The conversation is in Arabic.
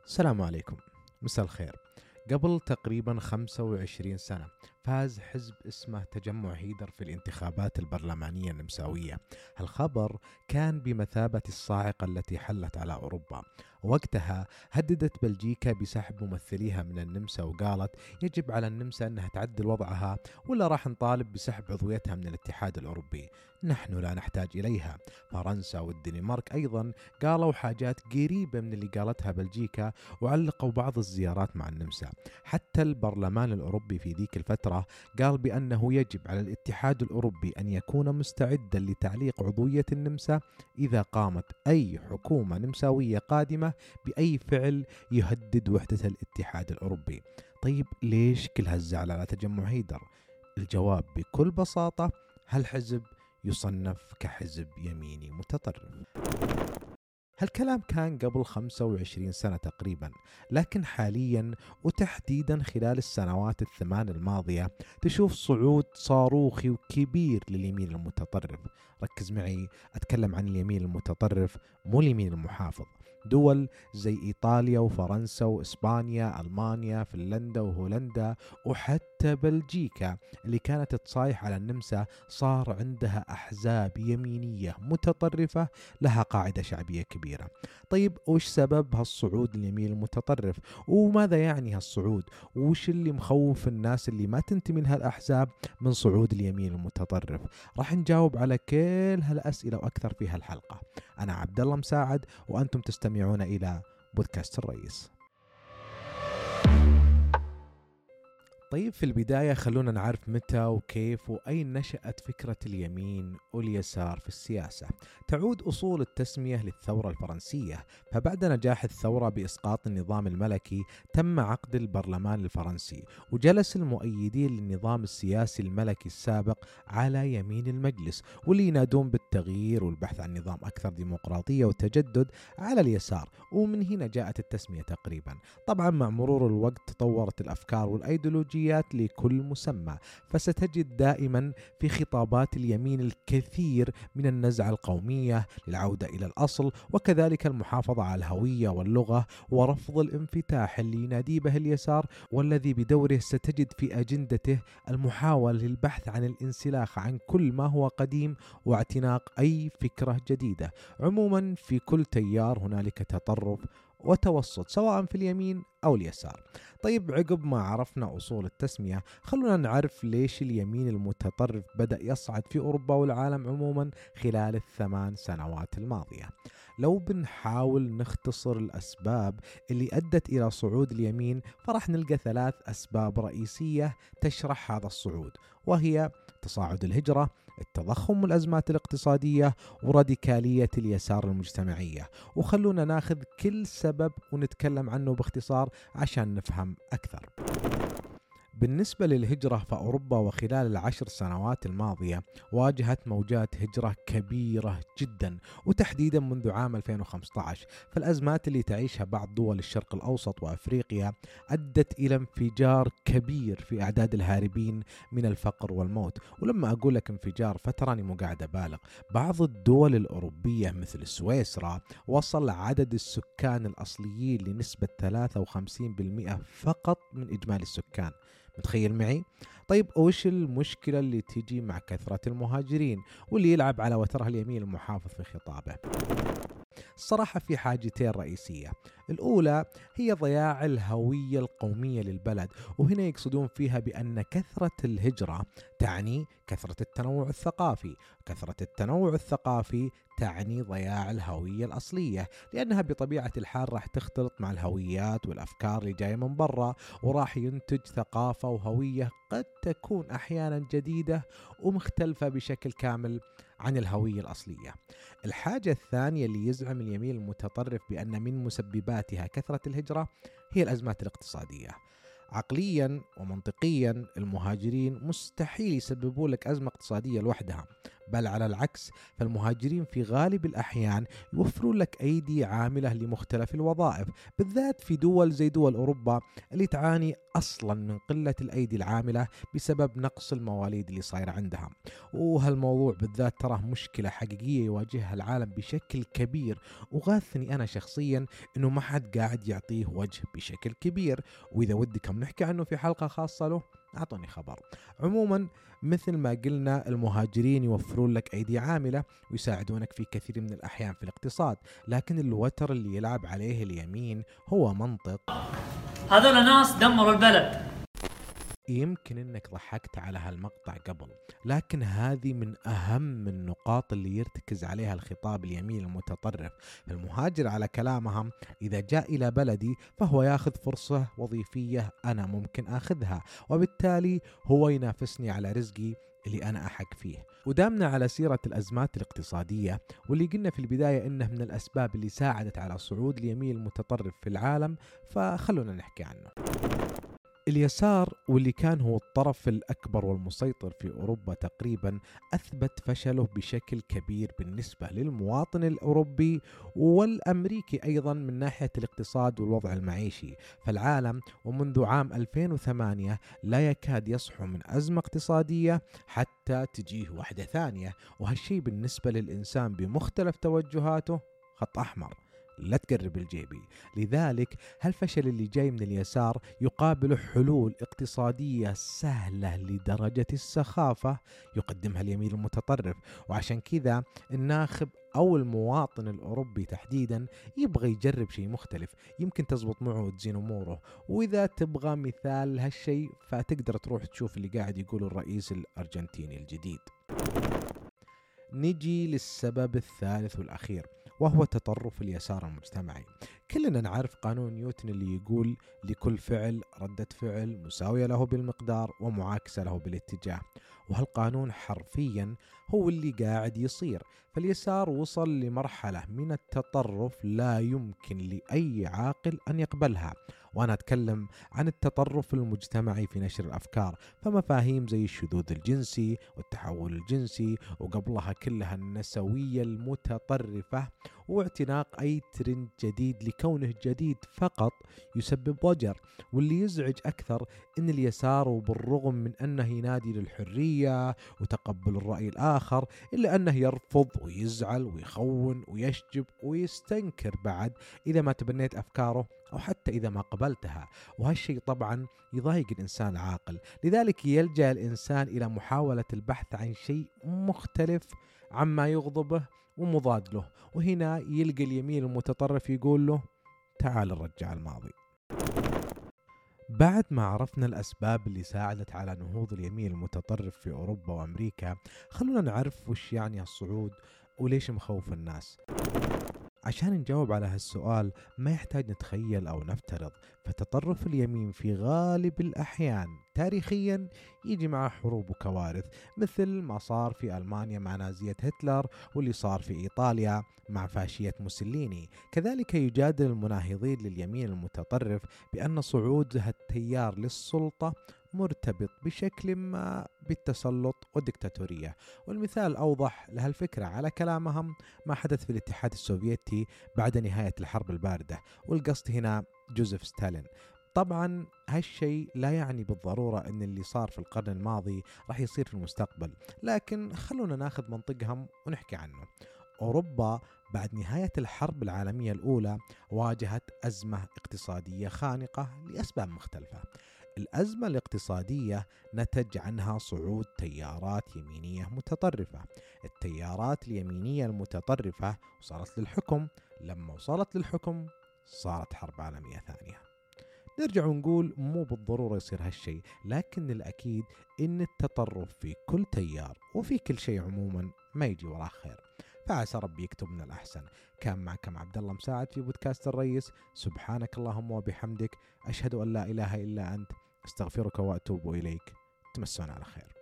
السلام عليكم. مساء الخير. قبل تقريبا 25 سنة فاز حزب اسمه تجمع هيدر في الانتخابات البرلمانية النمساوية. الخبر كان بمثابة الصاعقة التي حلت على أوروبا. وقتها هددت بلجيكا بسحب ممثليها من النمسا وقالت يجب على النمسا أنها تعدل وضعها ولا راح نطالب بسحب عضويتها من الاتحاد الأوروبي. نحن لا نحتاج إليها. فرنسا والدنمارك أيضا قالوا حاجات قريبة من اللي قالتها بلجيكا وعلقوا بعض الزيارات مع النمسا. حتى البرلمان الأوروبي في ذيك الفترة قال بأنه يجب على الاتحاد الأوروبي أن يكون مستعدا لتعليق عضوية النمسا إذا قامت أي حكومة نمساوية قادمة بأي فعل يهدد وحدة الاتحاد الأوروبي. طيب ليش كل هالزعل على تجمع هيدر؟ الجواب بكل بساطة: هالحزب يصنف كحزب يميني متطرف. هالكلام كان قبل 25 سنة تقريبا، لكن حاليا وتحديدا خلال السنوات الثمان الماضية تشوف صعود صاروخي وكبير لليمين المتطرف. ركز معي، أتكلم عن اليمين المتطرف مو اليمين المحافظ. دول زي إيطاليا وفرنسا وإسبانيا، ألمانيا، فنلندا وهولندا وحتى بلجيكا اللي كانت تصايح على النمسا صار عندها أحزاب يمينية متطرفة لها قاعدة شعبية كبيرة. طيب وش سبب هالصعود اليمين المتطرف؟ وماذا يعني هالصعود؟ وش اللي مخوف الناس اللي ما تنتمي لها الأحزاب من صعود اليمين المتطرف؟ راح نجاوب على كل هالأسئلة وأكثر في هالحلقة. أنا عبد الله مساعد وأنتم تستمعون إلى بودكاست الرئيس. طيب في البداية خلونا نعرف متى وكيف وأين نشأت فكرة اليمين واليسار في السياسة. تعود أصول التسمية للثورة الفرنسية، فبعد نجاح الثورة بإسقاط النظام الملكي تم عقد البرلمان الفرنسي، وجلس المؤيدين للنظام السياسي الملكي السابق على يمين المجلس، واللي ينادون بالتغيير والبحث عن نظام أكثر ديمقراطية وتجدد على اليسار، ومن هنا جاءت التسمية تقريبا. طبعا مع مرور الوقت تطورت الأفكار والأيديولوجيات لكل مسمى، فستجد دائما في خطابات اليمين الكثير من النزعة القومية للعودة إلى الأصل، وكذلك المحافظة على الهوية واللغة ورفض الانفتاح اللي ينادي به اليسار، والذي بدوره ستجد في أجندته المحاولة للبحث عن الانسلاخ عن كل ما هو قديم واعتناق أي فكرة جديدة. عموما في كل تيار هنالك تطرف وتوسط سواء في اليمين أو اليسار. طيب عقب ما عرفنا أصول التسمية خلونا نعرف ليش اليمين المتطرف بدأ يصعد في أوروبا والعالم عموما خلال الثمان سنوات الماضية. لو بنحاول نختصر الأسباب اللي أدت إلى صعود اليمين فرح نلقى ثلاث أسباب رئيسية تشرح هذا الصعود، وهي تصاعد الهجرة، التضخم والأزمات الاقتصادية، وراديكالية اليسار المجتمعية. وخلونا ناخذ كل سبب ونتكلم عنه باختصار عشان نفهم أكثر. بالنسبة للهجرة فأوروبا وخلال ال10 سنوات الماضية واجهت موجات هجرة كبيرة جدا، وتحديدا منذ عام 2015. فالأزمات اللي تعيشها بعض دول الشرق الأوسط وأفريقيا أدت إلى انفجار كبير في أعداد الهاربين من الفقر والموت. ولما أقول لك انفجار فتراني مو قاعد أبالغ. بعض الدول الأوروبية مثل سويسرا وصل عدد السكان الأصليين لنسبة 53% فقط من إجمالي السكان. متخيل معي؟ طيب وش المشكلة اللي تيجي مع كثرة المهاجرين واللي يلعب على وترها اليمين المحافظ في خطابه؟ الصراحة في حاجتين رئيسية. الأولى هي ضياع الهوية القومية للبلد، وهنا يقصدون فيها بأن كثرة الهجرة تعني كثرة التنوع الثقافي. كثرة التنوع الثقافي تعني ضياع الهوية الأصلية، لأنها بطبيعة الحال راح تختلط مع الهويات والأفكار اللي جاية من برا، وراح ينتج ثقافة وهوية قد تكون أحيانا جديدة ومختلفة بشكل كامل عن الهوية الأصلية. الحاجة الثانية اللي يزعم اليمين المتطرف بأن من مسبباتها كثرة الهجرة هي الأزمات الاقتصادية. عقليا ومنطقيا المهاجرين مستحيل يسببوا لك أزمة اقتصادية لوحدها، بل على العكس، فالمهاجرين في غالب الأحيان يوفرون لك أيدي عاملة لمختلف الوظائف، بالذات في دول زي دول أوروبا اللي تعاني أصلا من قلة الأيدي العاملة بسبب نقص المواليد اللي صاير عندها. وهالموضوع بالذات تراه مشكلة حقيقية يواجهها العالم بشكل كبير، وغاثني أنا شخصيا إنه ما حد قاعد يعطيه وجه بشكل كبير، وإذا ودكم نحكي عنه في حلقة خاصة له أعطوني خبر. عموما مثل ما قلنا، المهاجرين يوفرون لك أيدي عاملة ويساعدونك في كثير من الأحيان في الاقتصاد، لكن الوتر اللي يلعب عليه اليمين هو منطق هذول ناس دمروا البلد. يمكن انك ضحكت على هالمقطع قبل، لكن هذه من اهم النقاط اللي يرتكز عليها الخطاب اليمين المتطرف. فالمهاجر على كلامهم اذا جاء الى بلدي فهو ياخذ فرصة وظيفية انا ممكن اخذها، وبالتالي هو ينافسني على رزقي اللي أنا أحق فيه. ودامنا على سيرة الأزمات الاقتصادية واللي قلنا في البداية إنه من الأسباب اللي ساعدت على صعود اليمين المتطرف في العالم، فخلونا نحكي عنه. اليسار واللي كان هو الطرف الأكبر والمسيطر في أوروبا تقريبا، أثبت فشله بشكل كبير بالنسبة للمواطن الأوروبي والأمريكي أيضا من ناحية الاقتصاد والوضع المعيشي. فالعالم ومنذ عام 2008 لا يكاد يصحو من أزمة اقتصادية حتى تجيه واحدة ثانية، وهالشي بالنسبة للإنسان بمختلف توجهاته خط أحمر، لا تقرب الجيبي. لذلك هالفشل اللي جاي من اليسار يقابل حلول اقتصادية سهلة لدرجة السخافة يقدمها اليمين المتطرف. وعشان كذا الناخب أو المواطن الأوروبي تحديدا يبغى يجرب شيء مختلف، يمكن تزبط معه وتزين أموره. وإذا تبغى مثال هالشيء فتقدر تروح تشوف اللي قاعد يقوله الرئيس الأرجنتيني الجديد. نجي للسبب الثالث والأخير، وهو تطرف اليسار المجتمعي. كلنا نعرف قانون نيوتن اللي يقول لكل فعل ردة فعل مساوية له بالمقدار ومعاكسة له بالاتجاه، وهالقانون حرفيا هو اللي قاعد يصير. فاليسار وصل لمرحلة من التطرف لا يمكن لأي عاقل أن يقبلها، وأنا أتكلم عن التطرف المجتمعي في نشر الأفكار. فمفاهيم زي الشذوذ الجنسي والتحول الجنسي، وقبلها كلها النسوية المتطرفة، واعتناق أي ترند جديد لكونه جديد فقط يسبب ضجر. واللي يزعج أكثر إن اليسار وبالرغم من أنه ينادي للحرية وتقبل الرأي الآخر، إلا أنه يرفض ويزعل ويخون ويشجب ويستنكر بعد إذا ما تبنيت أفكاره أو حتى إذا ما قبلتها. وهالشيء طبعا يضايق الإنسان العاقل، لذلك يلجأ الإنسان إلى محاولة البحث عن شيء مختلف عما يغضبه ومضاد له، وهنا يلقى اليمين المتطرف يقول له تعال نرجع الماضي. بعد ما عرفنا الأسباب اللي ساعدت على نهوض اليمين المتطرف في أوروبا وأمريكا، خلونا نعرف وش يعني الصعود وليش مخوف الناس. عشان نجاوب على هالسؤال ما يحتاج نتخيل أو نفترض، فتطرف اليمين في غالب الأحيان تاريخيا يجي مع حروب وكوارث، مثل ما صار في ألمانيا مع نازية هتلر، واللي صار في إيطاليا مع فاشية موسوليني. كذلك يجادل المناهضين لليمين المتطرف بأن صعود هالتيار للسلطة مرتبط بشكل ما بالتسلط والدكتاتورية. والمثال الأوضح لهالفكرة على كلامهم ما حدث في الاتحاد السوفيتي بعد نهاية الحرب الباردة، والقصد هنا جوزيف ستالين. طبعا هالشيء لا يعني بالضرورة أن اللي صار في القرن الماضي راح يصير في المستقبل، لكن خلونا ناخذ منطقهم ونحكي عنه. أوروبا بعد نهاية الحرب العالمية الأولى واجهت أزمة اقتصادية خانقة لأسباب مختلفة. الأزمة الاقتصادية نتج عنها صعود تيارات يمينية متطرفة. التيارات اليمينية المتطرفة وصلت للحكم، لما وصلت للحكم صارت حرب عالمية ثانية. نرجع ونقول مو بالضرورة يصير هالشيء، لكن الأكيد إن التطرف في كل تيار وفي كل شيء عموما ما يجي وراه خير، فعسى ربي يكتب من الأحسن. كان معكم عبد الله مساعد في بودكاست الرئيس. سبحانك اللهم وبحمدك، أشهد أن لا إله إلا أنت، أستغفرك وأتوب إليك. تمسون على خير.